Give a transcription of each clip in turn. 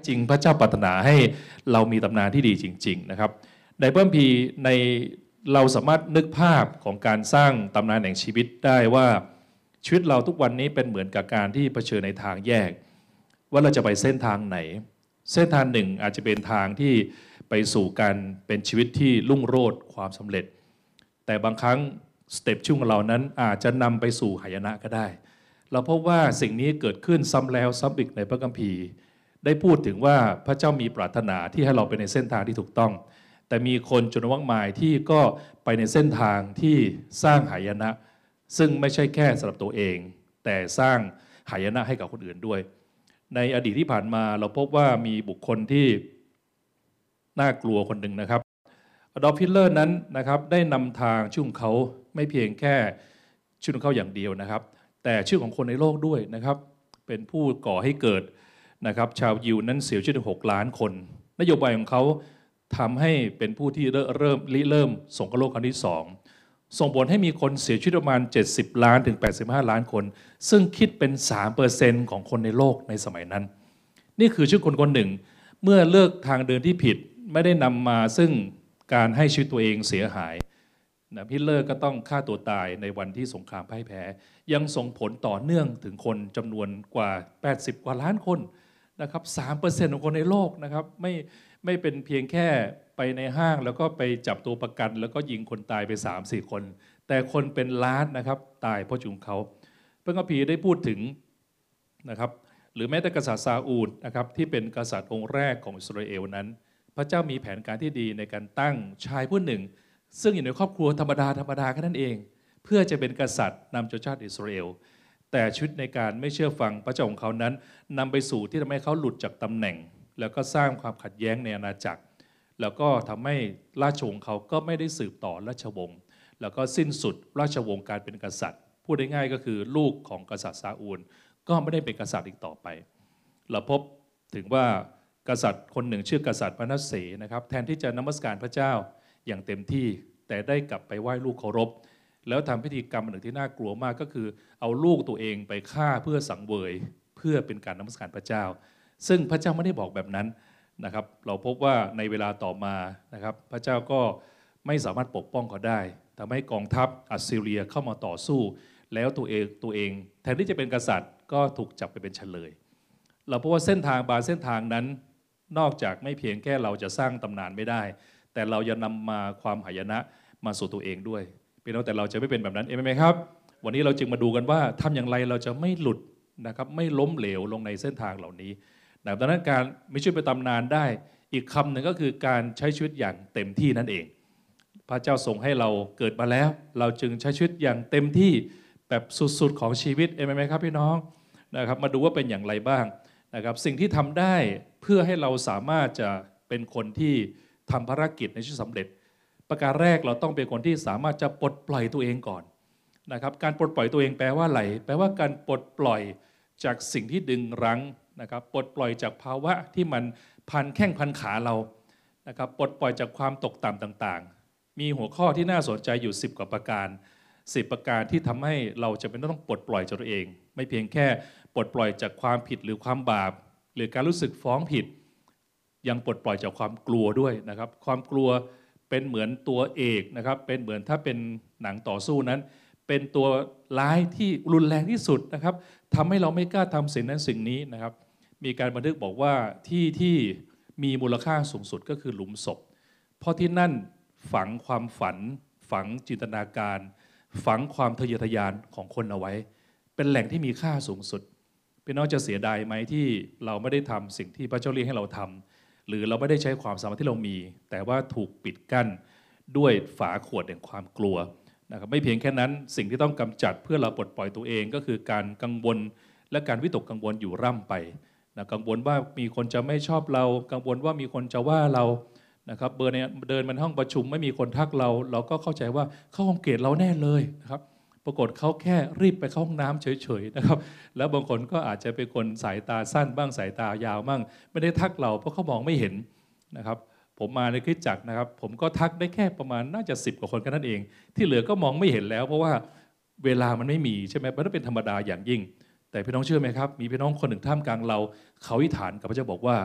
จริงพระเจ้าปรารถนาให้เรามีตำนานที่ดีจริงๆนะครับในพระคัมภีร์ในเราสามารถนึกภาพของการสร้างตำนานแห่งชีวิตได้ว่าชีวิตเราทุกวันนี้เป็นเหมือนกับการที่เผชิญในทางแยกว่าเราจะไปเส้นทางไหนเส้นทางหนึ่งอาจจะเป็นทางที่ไปสู่การเป็นชีวิตที่รุ่งโรจน์ความสำเร็จแต่บางครั้งสเต็ปช่วงเรานั้นอาจจะนำไปสู่หายนะก็ได้เราพบว่าสิ่งนี้เกิดขึ้นซ้ำแล้วซ้ำอีกในพระคัมภีร์ได้พูดถึงว่าพระเจ้ามีปรารถนาที่ให้เราไปในเส้นทางที่ถูกต้องแต่มีคนจำนวนมากมายที่ก็ไปในเส้นทางที่สร้างหายนะซึ่งไม่ใช่แค่สำหรับตัวเองแต่สร้างหายนะให้กับคนอื่นด้วยในอดีตที่ผ่านมาเราพบว่ามีบุคคลที่น่ากลัวคนหนึ่งนะครับอดอล์ฟ ฮิตเลอร์นั้นนะครับได้นำทางชื่อของเขาไม่เพียงแค่ชื่อของเขาอย่างเดียวนะครับแต่ชื่อของคนในโลกด้วยนะครับเป็นผู้ก่อให้เกิดนะครับชาวยิวนั้นเสียชีวิตถึง6 ล้านคนนโยบายของเขาทำให้เป็นผู้ที่เริ่มสงครามโลกครั้งที่2ส่งผลให้มีคนเสียชีวิตประมาณ70 ล้านถึง85 ล้านคนซึ่งคิดเป็น 3% ของคนในโลกในสมัยนั้นนี่คือชื่อคนคนหนึ่งเมื่อเลือกทางเดินที่ผิดไม่ได้นำมาซึ่งการให้ชีวิตตัวเองเสียหายฮิตเลอร์ก็ต้องฆ่าตัวตายในวันที่สงครามพ่ายแพ้ยังส่งผลต่อเนื่องถึงคนจำนวนกว่า80 กว่าล้านคนนะครับ 3% ของคนในโลกนะครับไม่เป็นเพียงแค่ไปในห้างแล้วก็ไปจับตัวประกันแล้วก็ยิงคนตายไป 3-4 คนแต่คนเป็นล้านนะครับตายเพราะจุงเขาพระคัมภีร์ได้พูดถึงนะครับหรือแม้แต่กษัตริย์ซาอูลนะครับที่เป็นกษัตริย์องค์แรกของอิสราเอลนั้นพระเจ้ามีแผนการที่ดีในการตั้งชายผู้หนึ่งซึ่งอยู่ในครอบครัวธรรมดาแค่นั้นเองเพื่อจะเป็นกษัตริย์นำชนชาติอิสราเอลแต่ชีวิตในการไม่เชื่อฟังพระเจ้าของเขานั้นนำไปสู่ที่ทำให้เขาหลุดจากตำแหน่งแล้วก็สร้างความขัดแย้งในอาณาจักรแล้วก็ทำให้ราชวงศ์เขาก็ไม่ได้สืบต่อราชวงศ์แล้วก็สิ้นสุดราชวงศ์การเป็นกษัตริย์พูดได้ง่ายก็คือลูกของกษัตริย์ซาอูลก็ไม่ได้เป็นกษัตริย์อีกต่อไปเราพบถึงว่ากษัตริย์คนหนึ่งชื่อกษัตริย์มนัสเสนะครับแทนที่จะนมัสการพระเจ้าอย่างเต็มที่แต่ได้กลับไปไหว้ลูกเคารพแล้วทำพิธีกรรมหนึ่งที่น่ากลัวมากก็คือเอาลูกตัวเองไปฆ่าเพื่อสังเวยเพื่อเป็นการนมัสการพระเจ้าซึ่งพระเจ้าไม่ได้บอกแบบนั้นนะครับเราพบว่าในเวลาต่อมานะครับพระเจ้าก็ไม่สามารถปกป้องเขาได้ทำให้กองทัพอัสซีเรียเข้ามาต่อสู้แล้วตัวเองแทนที่จะเป็นกษัตริย์ก็ถูกจับไปเป็นเฉลยเราพบว่าเส้นทางบางเส้นทางนั้นนอกจากไม่เพียงแค่เราจะสร้างตำนานไม่ได้แต่เราจะนำมาความหายนะมาสู่ตัวเองด้วยพี่น้องแต่เราจะไม่เป็นแบบนั้นเองไหมครับวันนี้เราจึงมาดูกันว่าทำอย่างไรเราจะไม่หลุดนะครับไม่ล้มเหลวลงในเส้นทางเหล่านี้ดังนั้นการมีชีวิตเป็นตำนานได้อีกคำหนึ่งก็คือการใช้ชีวิตอย่างเต็มที่นั่นเองพระเจ้าทรงให้เราเกิดมาแล้วเราจึงใช้ชีวิตอย่างเต็มที่แบบสุดๆของชีวิตเองไหมครับพี่น้องนะครับมาดูว่าเป็นอย่างไรบ้างนะครับสิ่งที่ทำได้เพื่อให้เราสามารถจะเป็นคนที่ทำภารกิจในชีวิตสำเร็จประการแรกเราต้องเป็นคนที่สามารถจะปลดปล่อยตัวเองก่อนนะครับการปลดปล่อยตัวเองแปลว่าอะไรแปลว่าการปลดปล่อยจากสิ่งที่ดึงรั้งนะครับปลดปล่อยจากภาวะที่มันพันแข้งพันขาเรานะครับปลดปล่อยจากความตกต่ำต่างๆมีหัวข้อที่น่าสนใจอยู่10 กว่าประการ10 ประการที่ทำให้เราจะเป็นต้องปลดปล่อยจากตัวเองไม่เพียงแค่ปลดปล่อยจากความผิดหรือความบาปหรือการรู้สึกฟ้องผิดยังปลดปล่อยจากความกลัวด้วยนะครับความกลัวเป็นเหมือนตัวเอกนะครับเป็นเหมือนถ้าเป็นหนังต่อสู้นั้นเป็นตัวร้ายที่รุนแรงที่สุดนะครับทำให้เราไม่กล้าทำสิ่งนั้นสิ่งนี้นะครับมีการบันทึกบอกว่าที่มีมูลค่าสูงสุดก็คือหลุมศพเพราะที่นั่นฝังความฝันฝังจินตนาการฝังความทะเยอทะยานของคนเอาไว้เป็นแหล่งที่มีค่าสูงสุดพี่น้องจะเสียดายไหมที่เราไม่ได้ทำสิ่งที่พระเจ้าเรียกให้เราทำหรือเราไม่ได้ใช้ความสามารถที่เรามีแต่ว่าถูกปิดกั้นด้วยฝาขวดแห่งความกลัวนะครับไม่เพียงแค่นั้นสิ่งที่ต้องกำจัดเพื่อเราปลดปล่อยตัวเองก็คือการกังวลและการวิตกกังวลอยู่ร่ำไปนะกังวลว่ามีคนจะไม่ชอบเรากังวลว่ามีคนจะว่าเรานะครับเดินมาห้องประชุมไม่มีคนทักเราก็เข้าใจว่าเขาคงเกลียดเราแน่เลยนะครับปรากฏเขาแค่รีบไปเข้าห้องน้ำเฉยๆนะครับแล้วบางคนก็อาจจะเป็นคนสายตาสั้นบ้างสายตายาวบ้างไม่ได้ทักเราเพราะเขามองไม่เห็นนะครับผมมาในคริสตจักรนะครับผมก็ทักได้แค่ประมาณน่าจะ10 กว่าคนแค่นั้นเองที่เหลือก็มองไม่เห็นแล้วเพราะว่าเวลามันไม่มีใช่ไหมมันต้องเป็นธรรมดาอย่างยิ่งแต่พี่น้องเชื่อไหมครับมีพี่น้องคนหนึ่งท่ามกลางเราเขาอธิษฐานกับพระเจ้าบอกว่า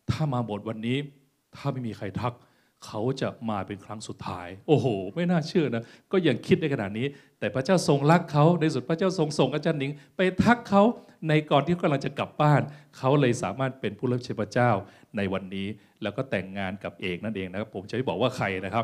ถ้ามาโบสถ์วันนี้ถ้าไม่มีใครทักเขาจะมาเป็นครั้งสุดท้ายโอ้โหไม่น่าเชื่อนะก็ยังคิดได้ขนาดนี้แต่พระเจ้าทรงรักเขาในสุดพระเจ้าทรงส่งอาจารย์หนิงไปทักเขาในก่อนที่กำลังจะกลับบ้านเขาเลยสามารถเป็นผู้รับใช้พระเจ้าในวันนี้แล้วก็แต่งงานกับเอกนั่นเองนะครับผมจะไม่บอกว่าใครนะครับ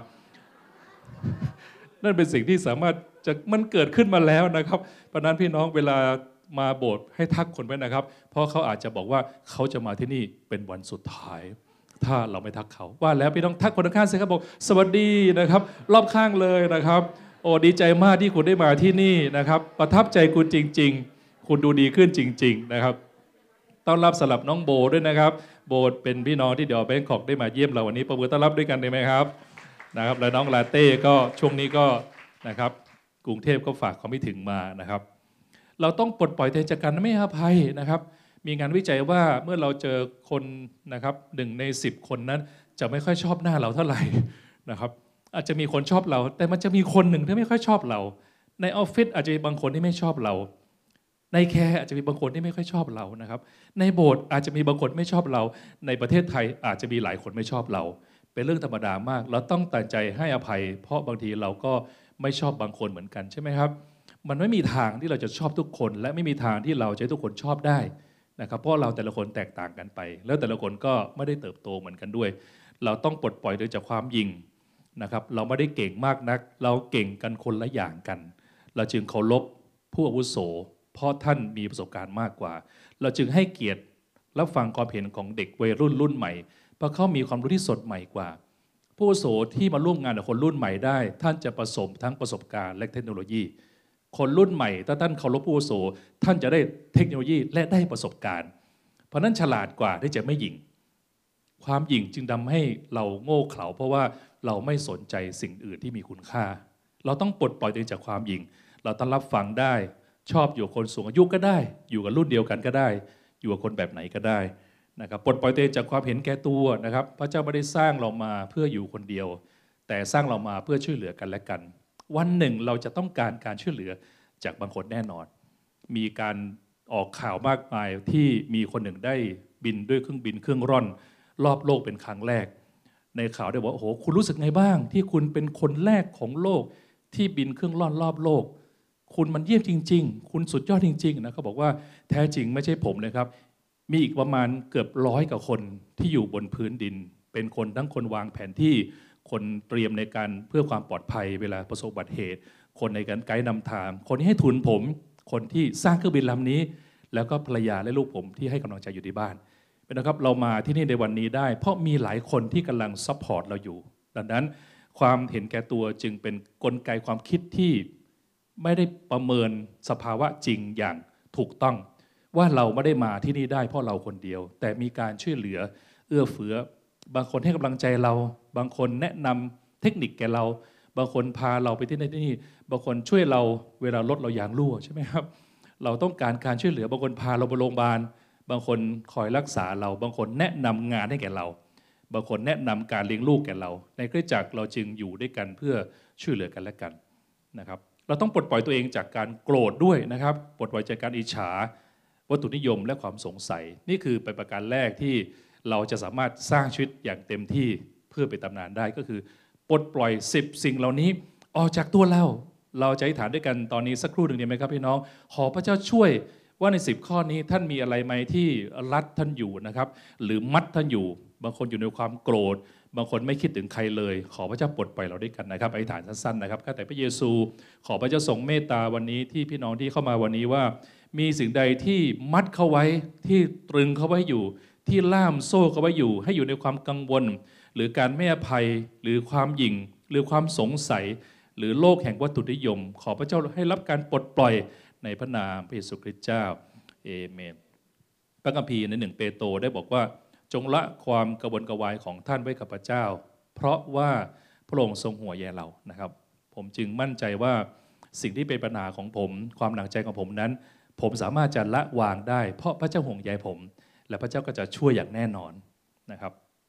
นั่นเป็นสิ่งที่สามารถจะมันเกิดขึ้นมาแล้วนะครับเพราะนั้นพี่น้องเวลามาโบสถ์ให้ทักคนไว้นะครับเพราะเขาอาจจะบอกว่าเขาจะมาที่นี่เป็นวันสุดท้ายถ้าเราไม่ทักเขาว่าแล้วพี่น้องทักคนข้างๆสิครับบอกสวัสดีนะครับรอบข้างเลยนะครับโอ้ดีใจมากที่คุณได้มาที่นี่นะครับประทับใจคุณจริงๆคุณดูดีขึ้นจริงๆนะครับต้อนรับสำหรับน้องโบด้วยนะครับโบเป็นพี่น้องที่เดี๋ยวแบงคอกได้มาเยี่ยมเราวันนี้ประมือต้อนรับด้วยกันได้ไหมครับนะครับและน้องลาเต้ก็ช่วงนี้ก็นะครับกรุงเทพก็ฝากความคิดถึงมานะครับเราต้องปลดปล่อยใจจากการไม่ให้อภัยนะครับมีงานวิจัยว่าเมื่อเราเจอคนนะครับ1 ใน 10คนนั้นจะไม่ค่อยชอบหน้าเราเท่าไหร่นะครับอาจจะมีคนชอบเราแต่มันจะมีคนหนึ่งที่ไม่ค่อยชอบเราในออฟฟิศอาจจะมีบางคนที่ไม่ชอบเราในแคร์อาจจะมีบางคนที่ไม่ค่อยชอบเรานะครับในโบสถ์อาจจะมีบางคนไม่ชอบเราในประเทศไทยอาจจะมีหลายคนไม่ชอบเราเป็นเรื่องธรรมดามากเราต้องตัดใจให้อภัยเพราะบางทีเราก็ไม่ชอบบางคนเหมือนกันใช่ไหมครับมันไม่มีทางที่เราจะชอบทุกคนและไม่มีทางที่เราจะให้ทุกคนชอบได้นะครับเพราะเราแต่ละคนแตกต่างกันไปแล้วแต่ละคนก็ไม่ได้เติบโตเหมือนกันด้วยเราต้องปลดปล่อยโดยจากความยิงนะครับเราไม่ได้เก่งมากนักเราเก่งกันคนละอย่างกันเราจึงเคารพผู้อาวุโสเพราะท่านมีประสบการณ์มากกว่าเราจึงให้เกียรติรับฟังความเห็นของเด็กวัยรุ่นใหม่เพราะเขามีความรู้ที่สดใหม่กว่าผู้อาวุโสที่มาร่วมงานกับคนรุ่นใหม่ได้ท่านจะผสมทั้งประสบการณ์และเทคโนโลยีคนรุ่นใหม่ถ้าท่านเคารพผู้อาวุโสท่านจะได้เทคโนโลยีและได้ประสบการณ์เพราะนั้นฉลาดกว่าที่จะไม่หยิ่งความหยิ่งจึงทำให้เราโง่เขลาเพราะว่าเราไม่สนใจสิ่งอื่นที่มีคุณค่าเราต้องปลดปล่อยตัวเองจากความหยิ่งเราต้องรับฟังได้ชอบอยู่กับคนสูงอายุก็ได้อยู่กับรุ่นเดียวกันก็ได้อยู่กับคนแบบไหนก็ได้นะครับปลดปล่อยตัวเองจากความเห็นแก่ตัวนะครับพระเจ้าไม่ได้สร้างเรามาเพื่ออยู่คนเดียวแต่สร้างเรามาเพื่อช่วยเหลือกันและกันวันหนึ่งเราจะต้องการการช่วยเหลือจากบางคนแน่นอนมีการออกข่าวมากมายที่มีคนหนึ่งได้บินด้วยเครื่องบินเครื่องร่อนรอบโลกเป็นครั้งแรกในข่าวได้บอกโอ้โหคุณรู้สึกไงบ้างที่คุณเป็นคนแรกของโลกที่บินเครื่องร่อนรอบโลกคุณมันเยี่ยมจริงๆคุณสุดยอดจริงๆนะเขาบอกว่าแท้จริงไม่ใช่ผมนะครับมีอีกประมาณเกือบ100 กว่าคนที่อยู่บนพื้นดินเป็นคนทั้งคนวางแผนที่คนเตรียมในการเพื่อความปลอดภัยเวลาประสบอุบัติเหตุคนในการไกด์นำทางคนที่ให้ทุนผมคนที่สร้างเครื่องบินลำนี้แล้วก็ภรรยาและลูกผมที่ให้กำลังใจอยู่ที่บ้านเป็นนะครับเรามาที่นี่ในวันนี้ได้เพราะมีหลายคนที่กำลังซัพพอร์ตเราอยู่ดังนั้นความเห็นแก่ตัวจึงเป็นกลไกความคิดที่ไม่ได้ประเมินสภาวะจริงอย่างถูกต้องว่าเราไม่ได้มาที่นี่ได้เพราะเราคนเดียวแต่มีการช่วยเหลือเอื้อเฟื้อบางคนให้กำลังใจเราบางคนแนะนำเทคนิคแก่เราบางคนพาเราไปที่นั่นที่นี่บางคนช่วยเราเวลารถเรายางรั่วใช่ไหมครับเราต้องการการช่วยเหลือบางคนพาเราไปโรงพยาบาลบางคนคอยรักษาเราบางคนแนะนำงานให้แก่เราบางคนแนะนำการเลี้ยงลูกแก่เราในคริสตจักรเราจึงอยู่ด้วยกันเพื่อช่วยเหลือกันและกันนะครับเราต้องปลดปล่อยตัวเองจากการโกรธด้วยนะครับปลดปล่อยจากการอิจฉาวัตถุนิยมและความสงสัยนี่คือเป็นประการแรกที่เราจะสามารถสร้างชีวิตอย่างเต็มที่เพื่อไปตำนานได้ก็คือปลดปล่อย10 สิ่งเหล่านี้ออกจากตัวเราจะอธิษฐานด้วยกันตอนนี้สักครู่หนึ่งดีไหมครับพี่น้องขอพระเจ้าช่วยว่าใน10 ข้อนี้ท่านมีอะไรไหมที่รัดท่านอยู่นะครับหรือมัดท่านอยู่บางคนอยู่ในความโกรธบางคนไม่คิดถึงใครเลยขอพระเจ้าปลดปล่อยเราด้วยกันนะครับอธิษฐานสั้นๆนะครับข้าแต่พระเยซูขอพระเจ้าทรงเมตตาวันนี้ที่พี่น้องที่เข้ามาวันนี้ว่ามีสิ่งใดที่มัดเขาไว้ที่ตรึงเขาไว้อยู่ที่ล่ามโซ่เขาไว้อยู่ให้อยู่ในความกังวลหรือการไม่อภัยหรือความหยิ่งหรือความสงสัยหรือโลกแห่งวัตถุนิยมขอพระเจ้าให้รับการปลดปล่อยในพระนามพระเยซูคริสต์เจ้าเอเมนพระคัมภีร์ใน1 เปโตรได้บอกว่าจงละความกระวนกระวายของท่านไว้กับพระเจ้าเพราะว่าพระองค์ทรงห่วงใยเรานะครับผมจึงมั่นใจว่าสิ่งที่เป็นปัญหาของผมความหนักใจของผมนั้นผมสามารถจะละวางได้เพราะพระเจ้าห่วงใยผมและพระเจ้าก็จะช่วยอย่างแน่นอนนะครับ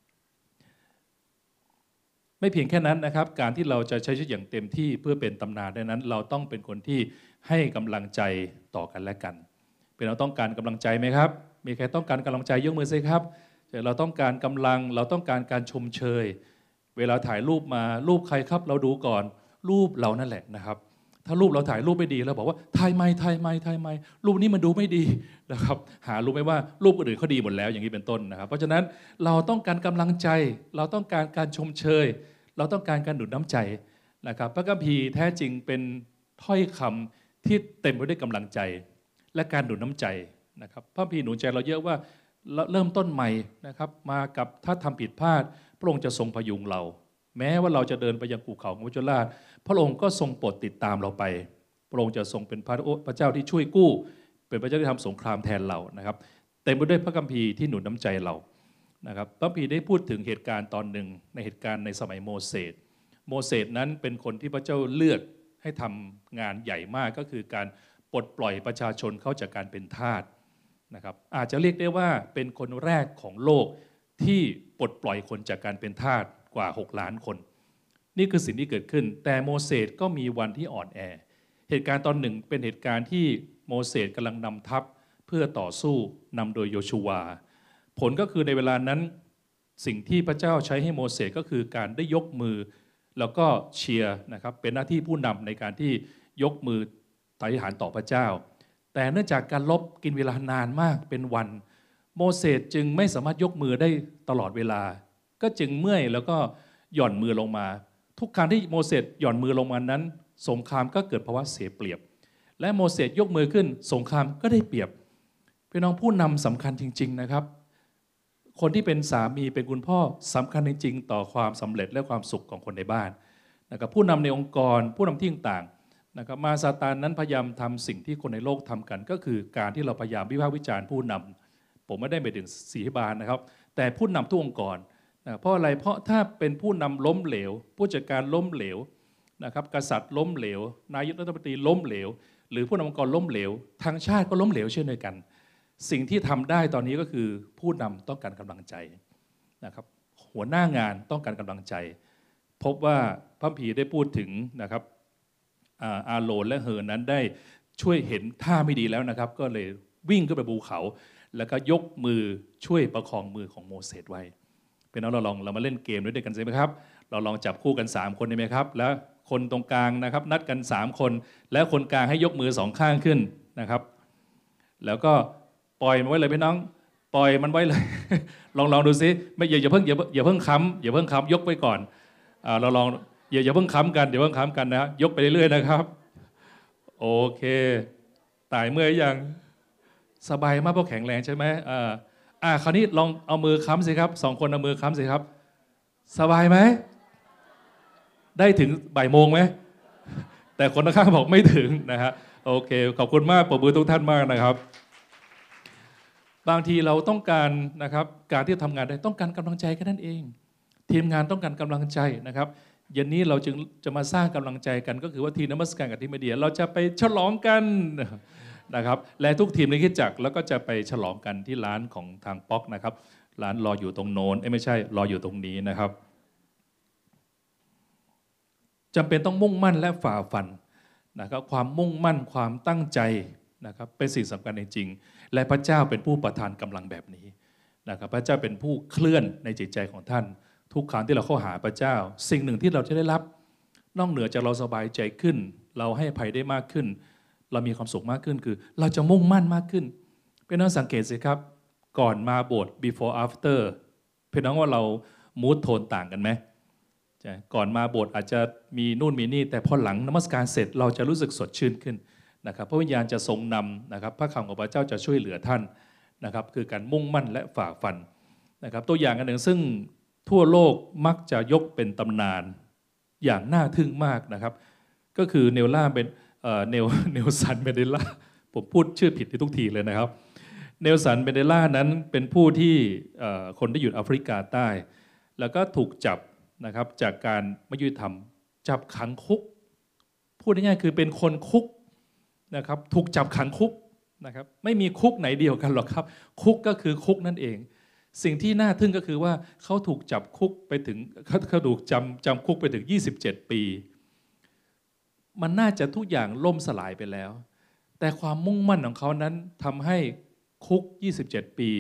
ไม่เพียงแค่นั้นนะครับการที่เราจะใช้ชีวิตอย่างเต็มที่เพื่อเป็นตำนานได้นั้นเราต้องเป็นคนที่ให้กำลังใจต่อกันและกันเป็นเราต้องการกำลังใจไหมครับมีใครต้องการกำลังใจยกมือสิครับเราต้องการกำลังเราต้องการการชมเชยเวลาถ่ายรูปมารูปใครครับเราดูก่อนรูปเรานั่นแหละนะครับถ้ารูปเราถ่ายรูปไม่ดีเราบอกว่าถ่ายไม่รูปนี้มันดูไม่ดีนะครับหารู้ไหมว่ารูปอื่นเขาดีหมดแล้วอย่างนี้เป็นต้นนะครับเพราะฉะนั้นเราต้องการกำลังใจเราต้องการการชมเชยเราต้องการการหนุนน้ำใจนะครับพระคัมภีร์แท้จริงเป็นถ้อยคำที่เต็มไปด้วยกำลังใจและการหนุนน้ำใจนะครับพระคัมภีร์หนุนใจเราเยอะว่าเริ่มต้นใหม่นะครับมากับถ้าทำผิดพลาดพระองค์จะทรงพยุงเราแม้ว่าเราจะเดินไปยังภูเขาของพระเจ้าราชพระองค์ก็ทรงโปรดติดตามเราไปพระองค์จะทรงเป็นพระเจ้าที่ช่วยกู้เป็นพระเจ้าที่ทำสงครามแทนเรานะครับเต็มไปด้วยพระคัมภีร์ที่หนุนน้ำใจเรานะครับพระคัมภีร์ได้พูดถึงเหตุการณ์ตอนหนึ่งในเหตุการณ์ในสมัยโมเสสนั้นเป็นคนที่พระเจ้าเลือกให้ทำงานใหญ่มากก็คือการปลดปล่อยประชาชนเข้าจากการเป็นทาสนะครับอาจจะเรียกได้ว่าเป็นคนแรกของโลกที่ปลดปล่อยคนจากการเป็นทาสกว่า6 ล้านคนนี่คือสิ่งที่เกิดขึ้นแต่โมเสสก็มีวันที่อ่อนแอเหตุการณ์ตอนหนึ่งเป็นเหตุการณ์ที่โมเสสกำลังนำทัพเพื่อต่อสู้นำโดยโยชูวาผลก็คือในเวลานั้นสิ่งที่พระเจ้าใช้ให้โมเสสก็คือการได้ยกมือแล้วก็เชียร์นะครับเป็นหน้าที่ผู้นำในการที่ยกมืออธิษฐานต่อพระเจ้าแต่เนื่องจากการลบกินเวลานานมากเป็นวันโมเสสจึงไม่สามารถยกมือได้ตลอดเวลาก็จึงเมื่อยแล้วก็หย่อนมือลงมาทุกครั้งที่โมเสสหย่อนมือลงมานั้นสงครามก็เกิดภาวะเสียเปรียบและโมเสสยกมือขึ้นสงครามก็ได้เปรียบพี่น้องผู้นำสำคัญจริงๆนะครับคนที่เป็นสามีเป็นคุณพ่อสำคัญจริงๆต่อความสำเร็จและความสุขของคนในบ้านนะครับผู้นำในองค์กรผู้นำที่ต่างๆนะครับมารซาตานนั้นพยายามทำสิ่งที่คนในโลกทำกันก็คือการที่เราพยายามวิพากษ์วิจารณ์ผู้นำผมไม่ได้หมายถึงสีบานนะครับแต่ผู้นำทุกองค์กรเพราะอะไรเพราะถ้าเป็นผู้นำล้มเหลวผู้จัดการล้มเหลวนะครับกษัตริย์ล้มเหลวนายกรัฐมนตรีล้มเหลวหรือผู้นำองค์กรล้มเหลวทางชาติก็ล้มเหลวเช่นเดียวกันสิ่งที่ทำได้ตอนนี้ก็คือผู้นำต้องการกำลังใจนะครับหัวหน้างานต้องการกำลังใจพบว่าพระคัมภีร์ได้พูดถึงนะครับอาโรนและเฮอนั้นได้ช่วยเห็นท่าไม่ดีแล้วนะครับก็เลยวิ่งขึ้นไปภูเขาแล้วก็ยกมือช่วยประคองมือของโมเสสไว้เป็นเรามาเล่นเกมด้วยกันใช่ไหมครับเราลองจับคู่กัน3คนได้ไหมครับแล้วคนตรงกลางนะครับนัดกัน3คนแล้วคนกลางให้ยกมือ2ข้างขึ้นนะครับแล้วก็ปล่อยมันไว้เลยพี่น้องปล่อยมันไว้เลย ลองดูซิไม่อย่าเพิ่งค้ำยกไว้ก่อนเราลองอย่าเพิ่งค้ำกันนะยกไปเรื่อยๆนะครับโอเคตายเมื่อยยังสบายมากเพราะแข็งแรงใช่ไหมคราวนี้ลองเอามือค้ำสิครับ2 คนเอามือค้ำสิครับสบายไหมได้ถึงบ่ายโมงไหมแต่คนข้างบอกไม่ถึงนะฮะโอเคขอบคุณมากปรบมือทุกท่านมากนะครับบางทีเราต้องการนะครับการที่ทำงานได้ต้องการกำลังใจแค่นั้นเองทีมงานต้องการกำลังใจนะครับเย็นนี้เราจึงจะมาสร้างกำลังใจกันก็คือว่าทีมนมัสการกับทีมมีเดียเราจะไปฉลองกันนะครับและทุกทีมในคริสตจักรแล้วก็จะไปฉลองกันที่ร้านของทางป๊อกนะครับร้านรออยู่ตรงโน้นไม่ใช่รออยู่ตรงนี้นะครับจำเป็นต้องมุ่งมั่นและฝ่าฟันนะครับความมุ่งมั่นความตั้งใจนะครับเป็นสิ่งสำคัญจริงๆและพระเจ้าเป็นผู้ประทานกำลังแบบนี้นะครับพระเจ้าเป็นผู้เคลื่อนในจิตใจของท่านทุกครั้งที่เราเข้าหาพระเจ้าสิ่งหนึ่งที่เราจะได้รับนอกเหนือจากเราสบายใจขึ้นเราให้อภัยได้มากขึ้นเรามีความสุขมากขึ้นคือเราจะมุ่งมั่นมากขึ้นพี่น้องสังเกตสิครับก่อนมาโบสถ์ before after พี่น้องว่าเรามูดโทนต่างกันไหมก่อนมาโบสถ์อาจจะมีนู่นมีนี่แต่พอหลังนมัสการเสร็จเราจะรู้สึกสดชื่นขึ้นนะครับพระวิญญาณจะทรงนำนะครับพระคำของพระเจ้าจะช่วยเหลือท่านนะครับคือการมุ่งมั่นและฝ่าฟันนะครับตัวอย่างอันหนึ่งซึ่งทั่วโลกมักจะยกเป็นตำนานอย่างน่าทึ่งมากนะครับก็คือเนลสันเมนเดลาผมพูดชื่อผิดที่ทุกทีเลยนะครับเนลสันเมนเดลานั้นเป็นผู้ที่คนที่อยู่แอฟริกาใต้แล้วก็ถูกจับนะครับจากการไม่ยุติธรรมจับขังคุกพูดง่ายๆคือเป็นคนคุกนะครับถูกจับขังคุกนะครับไม่มีคุกไหนเดียวกันหรอกครับคุกก็คือคุกนั่นเองสิ่งที่น่าทึ่งก็คือว่าเขาถูกจับคุกไปถึงเขาถูกจำคุกไปถึง27 ปีมันน่าจะทุกอย่างล่มสลายไปแล้วแต่ความมุ่งมั่นของเขานั้นทำให้คุก27 ปี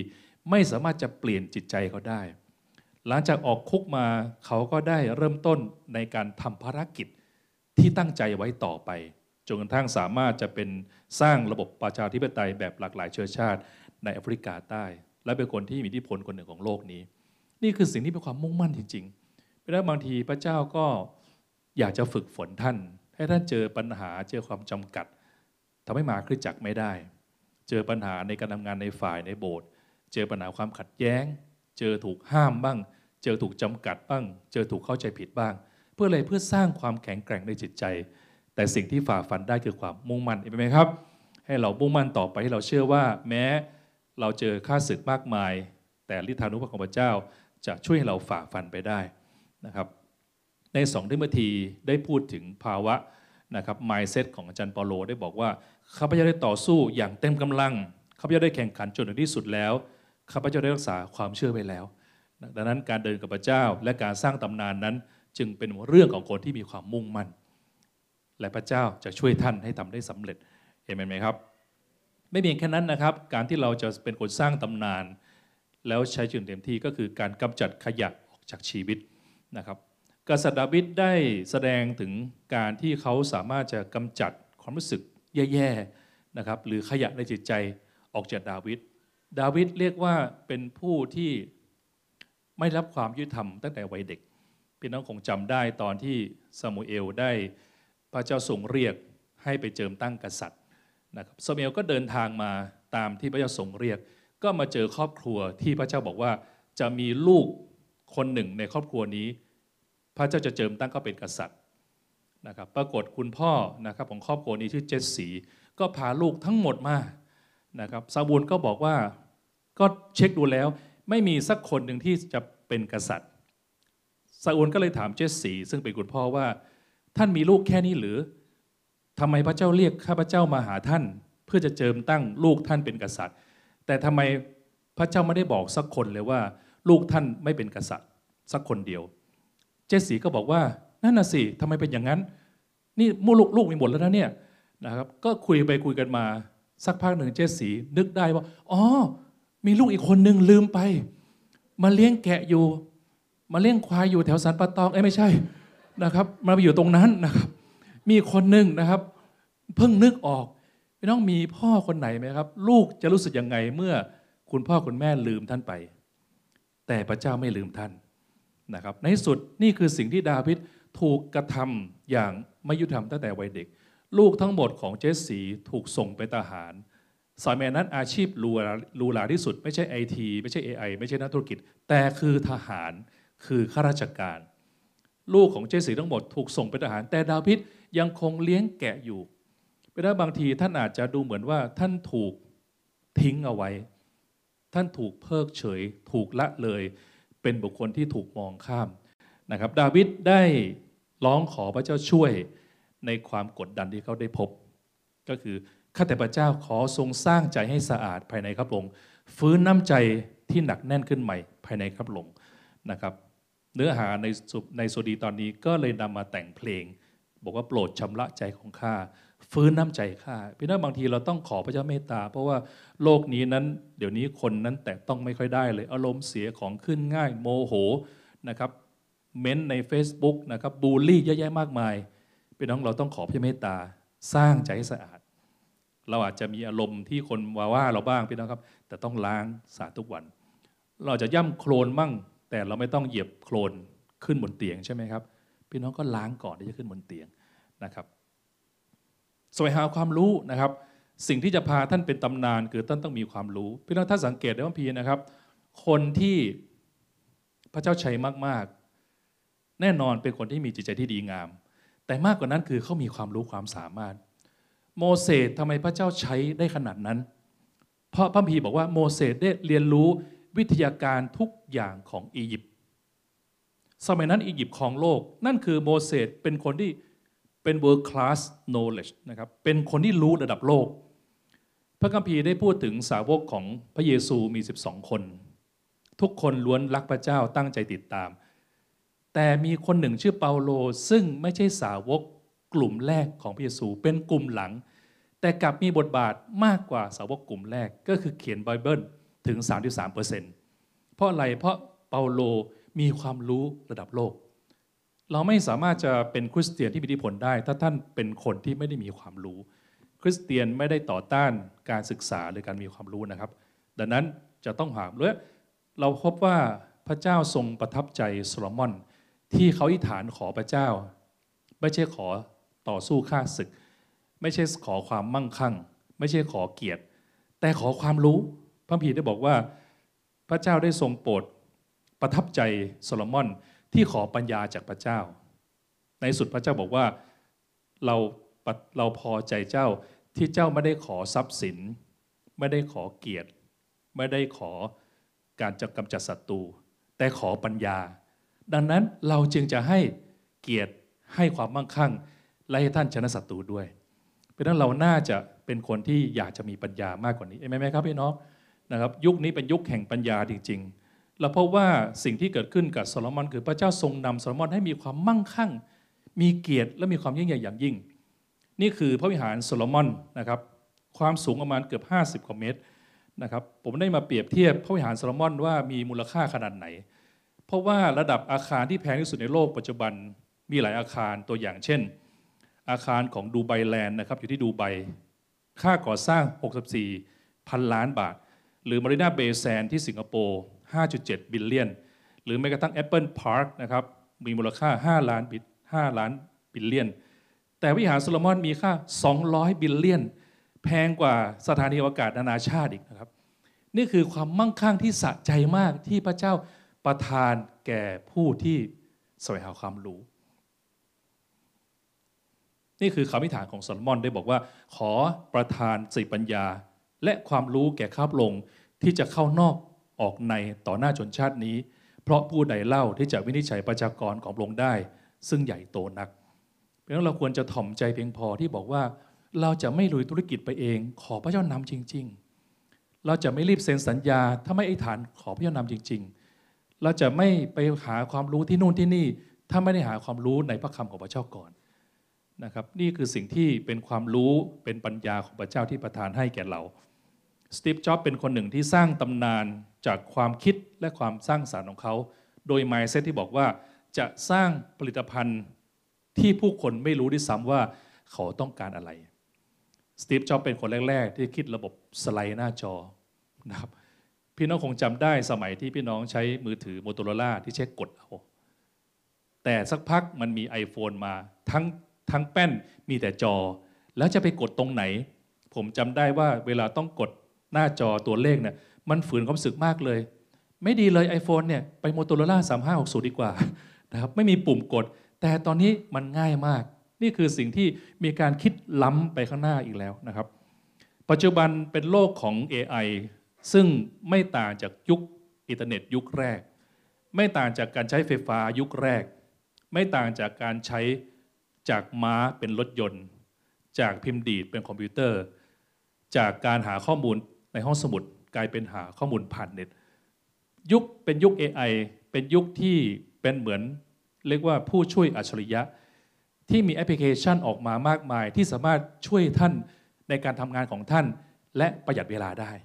ไม่สามารถจะเปลี่ยนจิตใจเขาได้หลังจากออกคุกมาเขาก็ได้เริ่มต้นในการทำภารกิจที่ตั้งใจไว้ต่อไปจนกระทั่งสามารถจะเป็นสร้างระบบประชาธิปไตยแบบหลากหลายเชื้อชาติในแอฟริกาใต้และเป็นคนที่มีอิทธิพลคนหนึ่งของโลกนี้นี่คือสิ่งที่เป็นความมุ่งมั่นจริงๆเพราะฉะนั้นบางทีพระเจ้าก็อยากจะฝึกฝนท่านให้ท่านเจอปัญหาเจอความจำกัดทำให้มาคริสตจักรไม่ได้เจอปัญหาในการทำงานในฝ่ายในโบสถ์เจอปัญหาความขัดแย้งเจอถูกห้ามบ้างเจอถูกจำกัดบ้างเจอถูกเข้าใจผิดบ้างเพื่ออะไรเพื่อสร้างความแข็งแกร่งในจิตใจแต่สิ่งที่ฝ่าฟันได้คือความมุ่งมั่นเห็นไหมครับให้เรามุ่งมั่นต่อไปให้เราเชื่อว่าแม้เราเจอข้าศึกมากมายแต่ฤทธานุภาพของพระเจ้าจะช่วยให้เราฝ่าฟันไปได้นะครับใน2 ทิโมธีได้พูดถึงภาวะนะครับ mindset ของอาจารย์เปาโลได้บอกว่าข้าพเจ้าได้ต่อสู้อย่างเต็มกำลังข้าพเจ้าได้แข่งขันจนถึงที่สุดแล้วข้าพเจ้าได้รักษาความเชื่อไว้แล้วดังนั้นการเดินกับพระเจ้าและการสร้างตำนานนั้นจึงเป็นเรื่องของคนที่มีความมุ่งมั่นและพระเจ้าจะช่วยท่านให้ทำได้สำเร็จเห็นไหมครับไม่เพียงแค่นั้นนะครับการที่เราจะเป็นคนสร้างตำนานแล้วใช้ชีวิตเต็มที่ก็คือการกำจัดขยะออกจากชีวิตนะครับกษัตริย์ดาวิดได้แสดงถึงการที่เขาสามารถจะกำจัดความรู้สึกแย่ๆนะครับหรือขยะในจิตใจออกจากดาวิดเรียกว่าเป็นผู้ที่ไม่รับความยุติธรรมตั้งแต่วัยเด็กพี่น้องคงจำได้ตอนที่ซามูเอลได้พระเจ้าทรงเรียกให้ไปเจิมตั้งกษัตริย์นะครับซามูเอลก็เดินทางมาตามที่พระเจ้าทรงเรียกก็มาเจอครอบครัวที่พระเจ้าบอกว่าจะมีลูกคนหนึ่งในครอบครัวนี้พระเจ้าจะเจิมตั้งก็เป็นกษัตริย์นะครับปรากฏคุณพ่อนะครับของครอบครัวนี้ชื่อเจสสีก็พาลูกทั้งหมดมานะครับซาบูลก็บอกว่าก็เช็คดูแล้วไม่มีสักคนหนึ่งที่จะเป็นกษัตริย์ซาอูลก็เลยถามเจสสีซึ่งเป็นคุณพ่อว่าท่านมีลูกแค่นี้หรือทำไมพระเจ้าเรียกข้าพเจ้ามาหาท่านเพื่อจะเจิมตั้งลูกท่านเป็นกษัตริย์แต่ทำไมพระเจ้าไม่ได้บอกสักคนเลยว่าลูกท่านไม่เป็นกษัตริย์สักคนเดียวเจสสีก็บอกว่านั่นน่ะสิทำไมเป็นอย่างนั้นนี่ลูกมีหมดแล้วนะเนี่ยนะครับก็คุยไปคุยกันมาสักพักหนึ่งเจสสีนึกได้ว่าอ๋อมีลูกอีกคนนึงลืมไปมาเลี้ยงแกะอยู่มาเลี้ยงควายอยู่แถวสันปะตองไม่ใช่นะครับมาไปอยู่ตรงนั้นนะครับมีคนหนึ่งนะครับเพิ่งนึกออกพี่น้องมีพ่อคนไหนไหมครับลูกจะรู้สึกยังไงเมื่อคุณพ่อคุณแม่ลืมท่านไปแต่พระเจ้าไม่ลืมท่านนะครับในที่สุดนี่คือสิ่งที่ดาวิดถูกกระทำอย่างไม่ยุติธรรมตั้งแต่วัยเด็กลูกทั้งหมดของเจสสีถูกส่งไปทหารสมัยนั้นอาชีพหรูหราที่สุดไม่ใช่ IT ไม่ใช่ AI ไม่ใช่นักธุรกิจแต่คือทหารคือข้าราชการลูกของเจสสีทั้งหมดถูกส่งไปทหารแต่ดาวิดยังคงเลี้ยงแกะอยู่เพราะฉะนั้นบางทีท่านอาจจะดูเหมือนว่าท่านถูกทิ้งเอาไว้ท่านถูกเพิกเฉยถูกละเลยเป็นบุคคลที่ถูกมองข้ามนะครับดาวิดได้ร้องขอพระเจ้าช่วยในความกดดันที่เขาได้พบก็คือข้าแต่พระเจ้าขอทรงสร้างใจให้สะอาดภายในข้าพระองค์ฟื้นน้ำใจที่หนักแน่นขึ้นใหม่ภายในข้าพระองค์นะครับเนื้อหาในโซดีตอนนี้ก็เลยนำมาแต่งเพลงบอกว่าโปรดชำระใจของข้าฟื้นน้ำใจข้าพี่น้องบางทีเราต้องขอพระเจ้าเมตตาเพราะว่าโลกนี้นั้นเดี๋ยวนี้คนนั้นแต่ต้องไม่ค่อยได้เลยอารมณ์เสียของขึ้นง่ายโมโหนะครับเม้นใน Facebook นะครับบูลลี่เยอะแยะมากมายพี่น้องเราต้องขอพระเจ้าเมตตาสร้างใจให้สะอาดเราอาจจะมีอารมณ์ที่คนว่าเราบ้างพี่น้องครับแต่ต้องล้างสะอาดทุกวันเราจะย่ำโคลนมั่งแต่เราไม่ต้องเหยียบโคลนขึ้นบนเตียงใช่ไหมครับพี่น้องก็ล้างก่อนที่จะขึ้นบนเตียงนะครับแสวงหาความรู้นะครับสิ่งที่จะพาท่านเป็นตำนานคือท่านต้องมีความรู้พี่น้องถ้าสังเกตได้ว่าพีนะครับคนที่พระเจ้าใช้มากๆแน่นอนเป็นคนที่มีจิตใจที่ดีงามแต่มากกว่านั้นคือเขามีความรู้ความสามารถโมเสสทำไมพระเจ้าใช้ได้ขนาดนั้นเพราะพระคัมภีร์บอกว่าโมเสสได้เรียนรู้วิทยาการทุกอย่างของอียิปต์สมัยนั้นอียิปต์ครองโลกนั่นคือโมเสสเป็นคนที่เป็น world class knowledge นะครับเป็นคนที่รู้ระดับโลกพระคัมภีร์ได้พูดถึงสาวกของพระเยซูมี12คนทุกคนล้วนรักพระเจ้าตั้งใจติดตามแต่มีคนหนึ่งชื่อเปาโลซึ่งไม่ใช่สาวกกลุ่มแรกของพระเยซูเป็นกลุ่มหลังแต่กลับมีบทบาทมากกว่าสาวกกลุ่มแรกก็คือเขียนไบเบิลถึง 33%เพราะอะไรเพราะเปาโลมีความรู้ระดับโลกเราไม่สามารถจะเป็นคริสเตียนที่มีอิทธิพลได้ถ้าท่านเป็นคนที่ไม่ได้มีความรู้คริสเตียนไม่ได้ต่อต้านการศึกษาหรือการมีความรู้นะครับดังนั้นจะต้องหาและเราพบว่าพระเจ้าทรงประทับใจโซโลมอนที่เขาอธิษฐานขอพระเจ้าไม่ใช่ขอต่อสู้ฆ่าศึกไม่ใช่ขอความมั่งคั่งไม่ใช่ขอเกียรติแต่ขอความรู้พระคัมภีร์ได้บอกว่าพระเจ้าได้ทรงโปรดประทับใจโซโลมอนที่ขอปัญญาจากพระเจ้าในสุดพระเจ้าบอกว่าเราพอใจเจ้าที่เจ้าไม่ได้ขอทรัพย์สินไม่ได้ขอเกียรติไม่ได้ขอการจะกำจัดศัตรูแต่ขอปัญญาดังนั้นเราจึงจะให้เกียรติให้ความมั่งคั่งและให้ท่านชนะศัตรูด้วยเพราะฉะนั้นเราน่าจะเป็นคนที่อยากจะมีปัญญามากกว่านี้เห็นไหมครับพี่น้องนะครับยุคนี้เป็นยุคแห่งปัญญาจริงๆเราพบว่าสิ่งที่เกิดขึ้นกับโซโลมอนคือพระเจ้าทรงนำโซโลมอนให้มีความมั่งคั่งมีเกียรติและมีความยิ่งใหญ่อย่างยิ่งนี่คือพระวิหารโซโลมอนนะครับความสูงประมาณเกือบ50 กว่าเมตรนะครับผมได้มาเปรียบเทียบพระวิหารโซโลมอนว่ามีมูลค่าขนาดไหนเพราะว่าระดับอาคารที่แพงที่สุดในโลกปัจจุบันมีหลายอาคารตัวอย่างเช่นอาคารของดูไบแลนด์นะครับอยู่ที่ดูไบค่าก่อสร้าง64,000 ล้านบาทหรือมารีนาเบย์แซนด์ที่สิงคโปร์5.7 บิลเลียนหรือแม้กระทั่ง Apple Park นะครับมีมูลค่า5 ล้านบิลเลียนแต่วิหารโซโลมอนมีค่า200 บิลเลียนแพงกว่าสถานีอวกาศนานาชาติอีกนะครับนี่คือความมั่งคั่งที่สะใจมากที่พระเจ้าประทานแก่ผู้ที่แสวงหาความรู้นี่คือคำอธิษฐานของโซโลมอนได้บอกว่าขอประทานสติปัญญาและความรู้แก่ข้าพระองค์ที่จะเข้านอกออกในต่อหน้าชนชาตินี้เพราะผู้ใดเล่าที่จะวินิจฉัยประชากรของพระองค์ได้ซึ่งใหญ่โตนักเพราะฉะนั้นเราควรจะถ่อมใจเพียงพอที่บอกว่าเราจะไม่ลุยธุรกิจไปเองขอพระเจ้านำจริงๆเราจะไม่รีบเซ็นสัญญาถ้าไม่อธิษฐานขอพระเจ้านำจริงๆเราจะไม่ไปหาความรู้ที่นู่นที่นี่ถ้าไม่ได้หาความรู้ในพระคำของพระเจ้าก่อนนะครับนี่คือสิ่งที่เป็นความรู้เป็นปัญญาของพระเจ้าที่ประทานให้แก่เราสตีฟ จ็อบส์เป็นคนหนึ่งที่สร้างตำนานจากความคิดและความสร้างสรรค์ของเขาโดย mindset ที่บอกว่าจะสร้างผลิตภัณฑ์ที่ผู้คนไม่รู้ด้วยซ้ำว่าเขาต้องการอะไรสตีฟ จ็อบส์เป็นคนแรกๆที่คิดระบบสไลด์หน้าจอนะครับพี่น้องคงจำได้สมัยที่พี่น้องใช้มือถือ Motorola ที่ใช้กดเอาแต่สักพักมันมี iPhone มาทั้งแป้นมีแต่จอแล้วจะไปกดตรงไหนผมจำได้ว่าเวลาต้องกดหน้าจอตัวเลขเนี่ยมันฝืนความรู้สึกมากเลยไม่ดีเลย iPhone เนี่ยไป Motorola 3560 ดีกว่านะครับไม่มีปุ่มกดแต่ตอนนี้มันง่ายมากนี่คือสิ่งที่มีการคิดล้ำไปข้างหน้าอีกแล้วนะครับปัจจุบันเป็นโลกของ AI ซึ่งไม่ต่างจากยุคอินเทอร์เน็ตยุคแรกไม่ต่างจากการใช้ไฟฟ้ายุคแรกไม่ต่างจากการใช้จากม้าเป็นรถยนต์จากพิมพ์ดีดเป็นคอมพิวเตอร์จากการหาข้อมูลในห้องสมุดกลายเป็นหาข้อมูลผ่านเน็ตยุคเป็นยุค AI เป็นยุคที่เป็นเหมือนเรียกว่าผู้ช่วยอัจฉริยะที่มีแอปพลิเคชันออกมามากมายที่สามารถช่วยท่านในการทำงานของท่านและประหยัดเวลาได้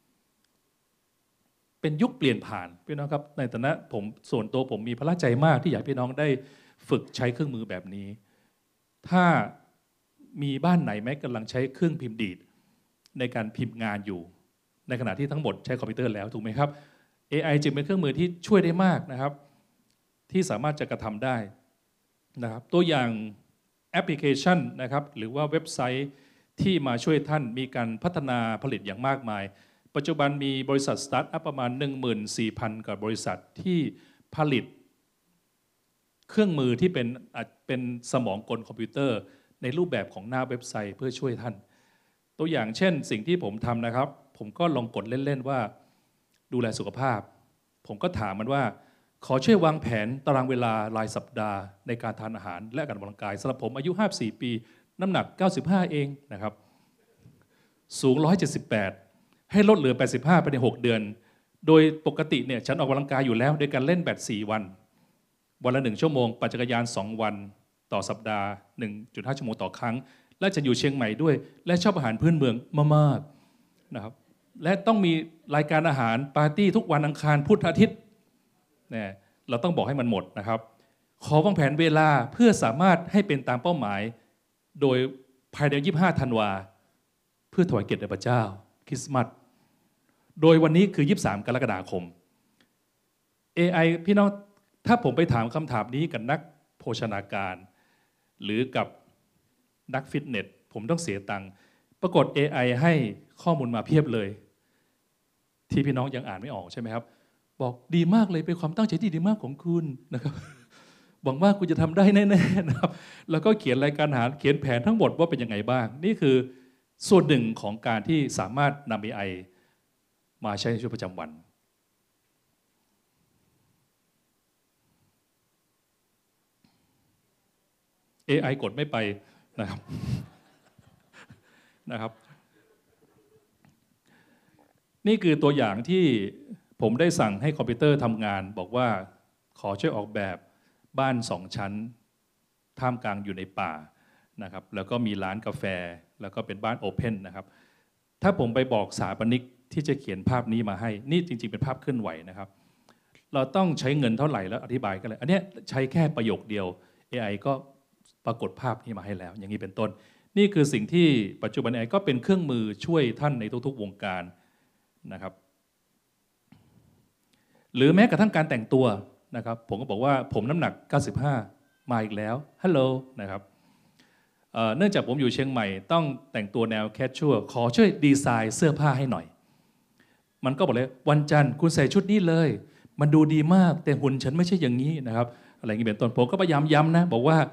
เป็นยุคเปลี่ยนผ่านพี่น้องครับในฐานะผมส่วนตัวผมมีพระใจมากที่อยากพี่น้องได้ฝึกใช้เครื่องมือแบบนี้ถ้ามีบ้านไหนแม้กำลังใช้เครื่องพิมพ์ดีดในการพิมพ์งานอยู่ในขณะที่ทั้งหมดใช้คอมพิวเตอร์แล้วถูกไหมครับ AI จึงเป็นเครื่องมือที่ช่วยได้มากนะครับที่สามารถจะกระทำได้นะครับตัวอย่างแอปพลิเคชันนะครับหรือว่าเว็บไซต์ที่มาช่วยท่านมีการพัฒนาผลิตอย่างมากมายปัจจุบันมีบริษัทสตาร์ทอัพประมาณ 14,000 กับบริษัทที่ผลิตเครื่องมือที่เป็นสมองกลคอมพิวเตอร์ในรูปแบบของหน้าเว็บไซต์เพื่อช่วยท่านตัวอย่างเช่นสิ่งที่ผมทำนะครับผมก็ลองกดเล่นๆว่าดูแลสุขภาพผมก็ถามมันว่าขอช่วยวางแผนตารางเวลารายสัปดาห์ในการทานอาหารและการออกกำลังกายสำหรับผมอายุ54 ปีน้ำหนัก95เองนะครับสูง178ให้ลดเหลือ85ภายใน6 เดือนโดยปกติเนี่ยฉันออกกำลังกายอยู่แล้วโดยการเล่นแบด4 วันวันละ1 ชั่วโมงปั่นจักรยาน2 วันต่อสัปดาห์ 1.5 ชั่วโมงต่อครั้งและจะอยู่เชียงใหม่ด้วยและชอบอาหารพื้นเมืองมากๆนะครับและต้องมีรายการอาหารปาร์ตี้ทุกวันอังคารพุธอาทิตย์เนี่ยเราต้องบอกให้มันหมดนะครับขอวางแผนเวลาเพื่อสามารถให้เป็นตามเป้าหมายโดยภายใน25 ธันวาเพื่อถวายเกียรติแด่พระเจ้าคริสต์มาสโดยวันนี้คือ23 กรกฎาคม AI พี่น้องถ้าผมไปถามคำถามนี้กับนักโภชนาการหรือกับนักฟิตเนสผมต้องเสียตังค์ปรากฏ AI ให้ข้อมูลมาเพียบเลยที่พี่น้องยังอ่านไม่ออกใช่ไหมครับบอกดีมากเลยเป็นความตั้งใจที่ดีมากของคุณนะครับหวังว่าคุณจะทำได้แน่ๆนะครับแล้วก็เขียนรายการอาหารเขียนแผนทั้งหมดว่าเป็นยังไงบ้างนี่คือส่วนหนึ่งของการที่สามารถนำ AI มาใช้ในชีวิตประจำวันAI กดไม่ไปนะครับนะครับนี่คือตัวอย่างที่ผมได้สั่งให้คอมพิวเตอร์ทำงานบอกว่าขอช่วยออกแบบบ้าน2 ชั้นท่ามกลางอยู่ในป่านะครับแล้วก็มีร้านกาแฟแล้วก็เป็นบ้านโอเพนนะครับถ้าผมไปบอกสถาปนิกที่จะเขียนภาพนี้มาให้นี่จริงๆเป็นภาพเคลื่อนไหวนะครับเราต้องใช้เงินเท่าไหร่แล้วอธิบายกันเลยอันนี้ใช้แค่ประโยคเดียว AI ก็ปรากฏภาพนี้มาให้แล้วอย่างนี้เป็นต้นนี่คือสิ่งที่ปัจจุบัน AI ก็เป็นเครื่องมือช่วยท่านในทุกๆวงการนะครับหรือแม้กระทั่งการแต่งตัวนะครับผมก็บอกว่าผมน้ำหนัก95มาอีกแล้วฮัลโหลนะครับเนื่องจากผมอยู่เชียงใหม่ต้องแต่งตัวแนวแคชชวลขอช่วยดีไซน์เสื้อผ้าให้หน่อยมันก็บอกเลยวันจันทร์คุณใส่ชุดนี้เลยมันดูดีมากแต่หุ่นฉันไม่ใช่อย่างนี้นะครับอะไรอย่างนี้เป็นต้นผมก็พยายามย้ำนะบอกว่า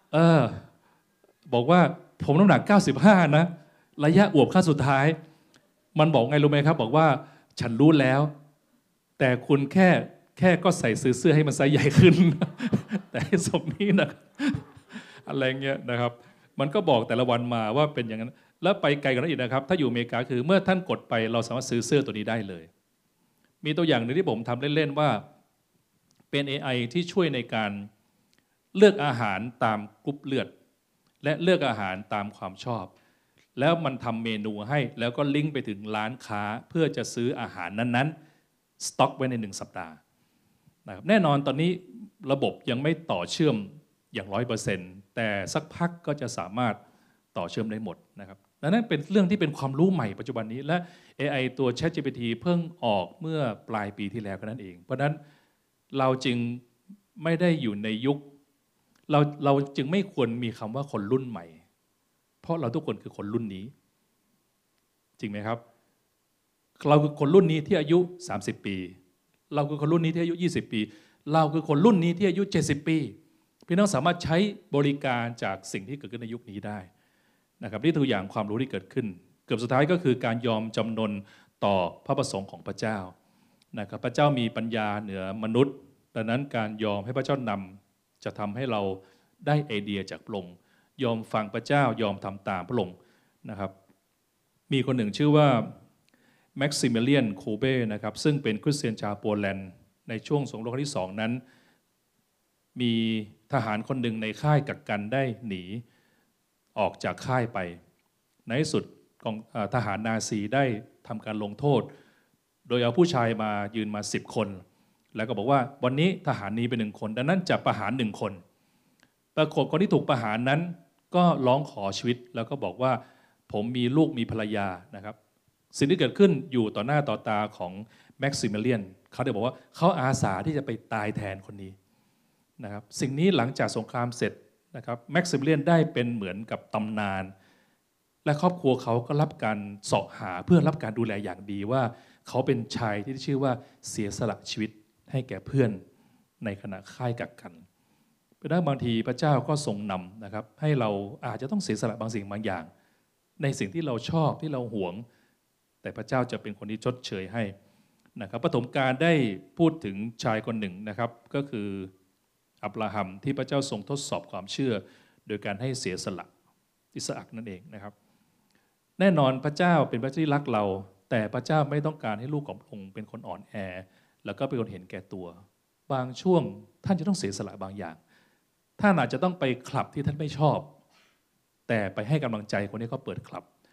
บอกว่าผมน้ำหนัก95นะระยะอวบขั้นสุดท้ายมันบอกไงรู้ไหมครับบอกว่าฉันรู้แล้วแต่คุณแค่ก็ใส่ซื้อเสื้อให้มันไซส์ใหญ่ขึ้นแต่ให้สมนี้นะอะไรเงี้ยนะครับมันก็บอกแต่ละวันมาว่าเป็นอย่างนั้นแล้วไปไกลกว่านั้นอีกนะครับถ้าอยู่อเมริกาคือเมื่อท่านกดไปเราสามารถซื้อเสื้อตัวนี้ได้เลยมีตัวอย่างหนึ่งที่ผมทำเล่นๆว่าเป็น AI ที่ช่วยในการเลือกอาหารตามกรุ๊ปเลือดและเลือกอาหารตามความชอบแล้วมันทำเมนูให้แล้วก็ลิงก์ไปถึงร้านค้าเพื่อจะซื้ออาหารนั้นๆสต็อกไว้ใน1 สัปดาห์นะครับแน่นอนตอนนี้ระบบยังไม่ต่อเชื่อมอย่าง100%แต่สักพักก็จะสามารถต่อเชื่อมได้หมดนะครับดังนั้นเป็นเรื่องที่เป็นความรู้ใหม่ปัจจุบันนี้และ AI ตัว ChatGPT เพิ่งออกเมื่อปลายปีที่แล้วนั่นเองเพราะฉะนั้นเราจึงไม่ได้อยู่ในยุคเราจึงไม่ควรมีคำว่าคนรุ่นใหม่เพราะเราทุกคนคือคนรุ่นนี้จริงไหมครับเราคือคนรุ่นนี้ที่อายุ30 ปีเราคือคนรุ่นนี้ที่อายุ20 ปีเราคือคนรุ่นนี้ที่อายุ70 ปีพี่น้องสามารถใช้บริการจากสิ่งที่เกิดขึ้นในยุคนี้ได้นะครับนี่ตัวอย่างความรู้ที่เกิดขึ้นเกือบสุดท้ายก็คือการยอมจำนนต่อพระประสงค์ของพระเจ้านะครับพระเจ้ามีปัญญาเหนือมนุษย์ดังนั้นการยอมให้พระเจ้านำจะทำให้เราได้ไอเดียจากพระองค์ยอมฟังพระเจ้ายอมทำตามพระองค์นะครับมีคนหนึ่งชื่อว่าแม็กซิมิเลียนโคเบ้นะครับซึ่งเป็นคริสเตียนชาวโปแลนด์ในช่วงสงครามโลกครั้งที่2นั้นมีทหารคนหนึ่งในค่ายกักกันได้หนีออกจากค่ายไปในที่สุดทหารนาซีได้ทำการลงโทษโดยเอาผู้ชายมายืนมา10 คนแล้วก็บอกว่าวันนี้ทหารนี้เป็น1 คนดังนั้นจะประหาร1 คนปรากฏคนที่ถูกประหารนั้นก็ร้องขอชีวิตแล้วก็บอกว่าผมมีลูกมีภรรยานะครับสิ่งที่เกิดขึ้นอยู่ต่อหน้าต่อตาของแม็กซิมิเลียนเขาได้บอกว่าเขาอาสาที่จะไปตายแทนคนนี้นะครับสิ่งนี้หลังจากสงครามเสร็จนะครับแม็กซิมิเลียนได้เป็นเหมือนกับตำนานและครอบครัวเขาก็รับการเสาะหาเพื่อรับการดูแลอย่างดีว่าเขาเป็นชายที่ชื่อว่าเสียสละชีวิตให้แก่เพื่อนในขณะค่ายกักกันเพราะนั้นบางทีพระเจ้าก็ทรงนำนะครับให้เราอาจจะต้องเสียสละบางสิ่งบางอย่างในสิ่งที่เราชอบที่เราหวงแต่พระเจ้าจะเป็นคนที่ชดเชยให้นะครับปฐมกาลได้พูดถึงชายคนหนึ่งนะครับก็คืออับราฮัมที่พระเจ้าทรงทดสอบความเชื่อโดยการให้เสียสละอิสอัคนั่นเองนะครับแน่นอนพระเจ้าเป็นพระเจ้าที่รักเราแต่พระเจ้าไม่ต้องการให้ลูกของพระองค์เป็นคนอ่อนแอแล้วก็เป็นคนเห็นแก่ตัวบางช่วงท่านจะต้องเสียสละบางอย่างท่านอาจจะต้องไปคลับที่ท่านไม่ชอบแต่ไปให้กำลังใจคนที่เขาเปิดคลับ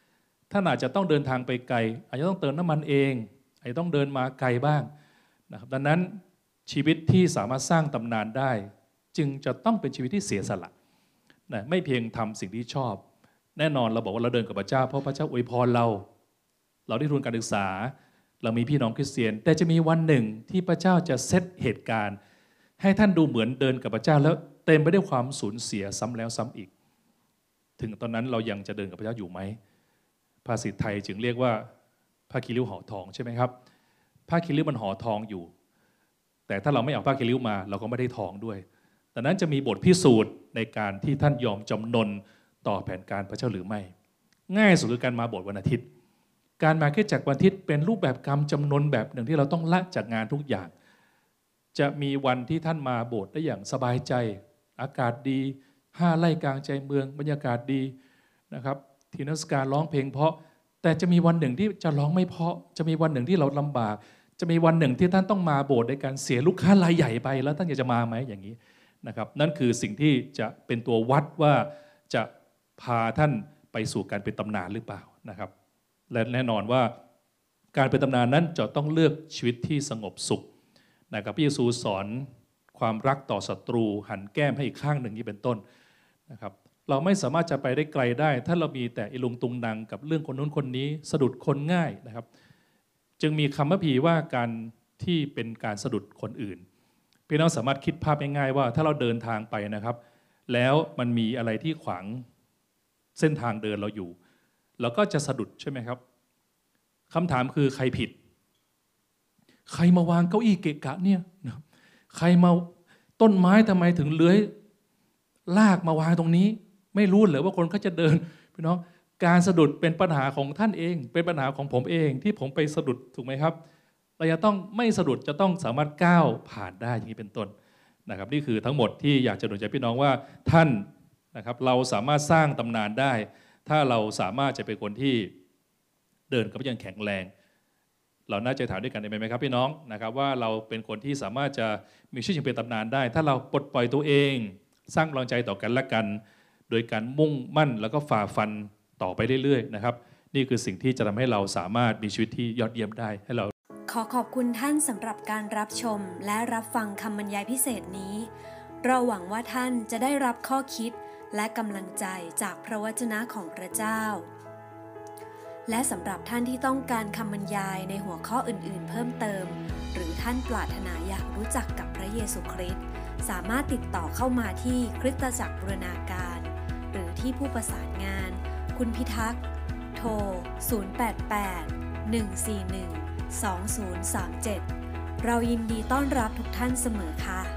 ท่านอาจจะต้องเดินทางไปไกลอาจจะต้องเติมน้ำมันเองอาจจะต้องเดินมาไกลบ้างนะครับดังนั้นชีวิตที่สามารถสร้างตำนานได้จึงจะต้องเป็นชีวิตที่เสียสละนะไม่เพียงทำสิ่งที่ชอบแน่นอนเราบอกว่าเราเดินกับพระเจ้าเพราะพระเจ้าอวยพรเราได้ทุนการศึกษาเรามีพี่น้องคริสเตียนแต่จะมีวันหนึ่งที่พระเจ้าจะเซตเหตุการณ์ให้ท่านดูเหมือนเดินกับพระเจ้าแล้วเต็มไปด้วยความสูญเสียซ้ำแล้วซ้ำอีกถึงตอนนั้นเรายังจะเดินกับพระเจ้าอยู่ไหมภาษิตไทยจึงเรียกว่าผ้าคีริ้วห่อทองใช่ไหมครับผ้าคีริ้วมันห่อทองอยู่แต่ถ้าเราไม่เอาผ้าคีริ้วมาเราก็ไม่ได้ทองด้วยดังนั้นจะมีบทพิสูจน์ในการที่ท่านยอมจำนนต่อแผนการพระเจ้าหรือไม่ง่ายสุดคือการมาโบสถ์วันอาทิตย์การมาคริสตจักรวันอาทิตย์เป็นรูปแบบกรรมจำนนแบบหนึ่งที่เราต้องละจากงานทุกอย่างจะมีวันที่ท่านมาโบสถ์ได้อย่างสบายใจอากาศดี5 ไร่กลางใจเมืองบรรยากาศดีนะครับทีนมัสการร้องเพลงเพราะแต่จะมีวันหนึ่งที่จะร้องไม่เพราะจะมีวันหนึ่งที่เราลำบากจะมีวันหนึ่งที่ท่านต้องมาโบสถ์ในการเสียลูกค้ารายใหญ่ไปแล้วท่านจะมาไหมอย่างนี้นะครับนั่นคือสิ่งที่จะเป็นตัววัดว่าจะพาท่านไปสู่การเป็นตำนานหรือเปล่านะครับและแน่นอนว่าการเป็นตำนานนั้นจะต้องเลือกชีวิตที่สงบสุขนะครับพระเยซูสอนความรักต่อศัตรูหันแก้มให้อีกข้างหนึ่งนี้เป็นต้นนะครับเราไม่สามารถจะไปได้ไกลได้ถ้าเรามีแต่อิลุงตุงนังกับเรื่องคนนู้นคนนี้สะดุดคนง่ายนะครับจึงมีคำพระพีว่าการที่เป็นการสะดุดคนอื่นพี่น้องสามารถคิดภาพง่ายๆว่าถ้าเราเดินทางไปนะครับแล้วมันมีอะไรที่ขวางเส้นทางเดินเราอยู่เราก็จะสะดุดใช่ไหมครับคำถามคือใครผิดใครมาวางเก้าอี้เกะกะเนี่ยใครมาต้นไม้ทำไมถึงเลื้อยลากมาวางตรงนี้ไม่รู้เหรอว่าคนเขาจะเดินพี่น้องการสะดุดเป็นปัญหาของท่านเองเป็นปัญหาของผมเองที่ผมไปสะดุดถูกไหมครับเราจะต้องไม่สะดุดจะต้องสามารถก้าวผ่านได้อย่างนี้เป็นต้นนะครับนี่คือทั้งหมดที่อยากจะหนุนใจพี่น้องว่าท่านนะครับเราสามารถสร้างตำนานได้ถ้าเราสามารถจะเป็นคนที่เดินกับอย่างแข็งแรงเราน่าจะถามด้วยกันได้ไหมครับพี่น้องนะครับว่าเราเป็นคนที่สามารถจะมีชื่อเสียงเป็นตำนานได้ถ้าเราปลดปล่อยตัวเองสร้างกำลังใจต่อกันและกันโดยการมุ่งมั่นแล้วก็ฝ่าฟันต่อไปเรื่อยๆนะครับนี่คือสิ่งที่จะทำให้เราสามารถมีชีวิตที่ยอดเยี่ยมได้ให้เราขอขอบคุณท่านสำหรับการรับชมและรับฟังคำบรรยายพิเศษนี้เราหวังว่าท่านจะได้รับข้อคิดและกำลังใจจากพระวจนะของพระเจ้าและสำหรับท่านที่ต้องการคำบรรยายในหัวข้ออื่นๆเพิ่มเติมหรือท่านปรารถนาอยากรู้จักกับพระเยซูคริสต์สามารถติดต่อเข้ามาที่คริสตจักรบูรณาการหรือที่ผู้ประสานงานคุณพิทักษ์โทร 088-141-2037 เรายินดีต้อนรับทุกท่านเสมอค่ะ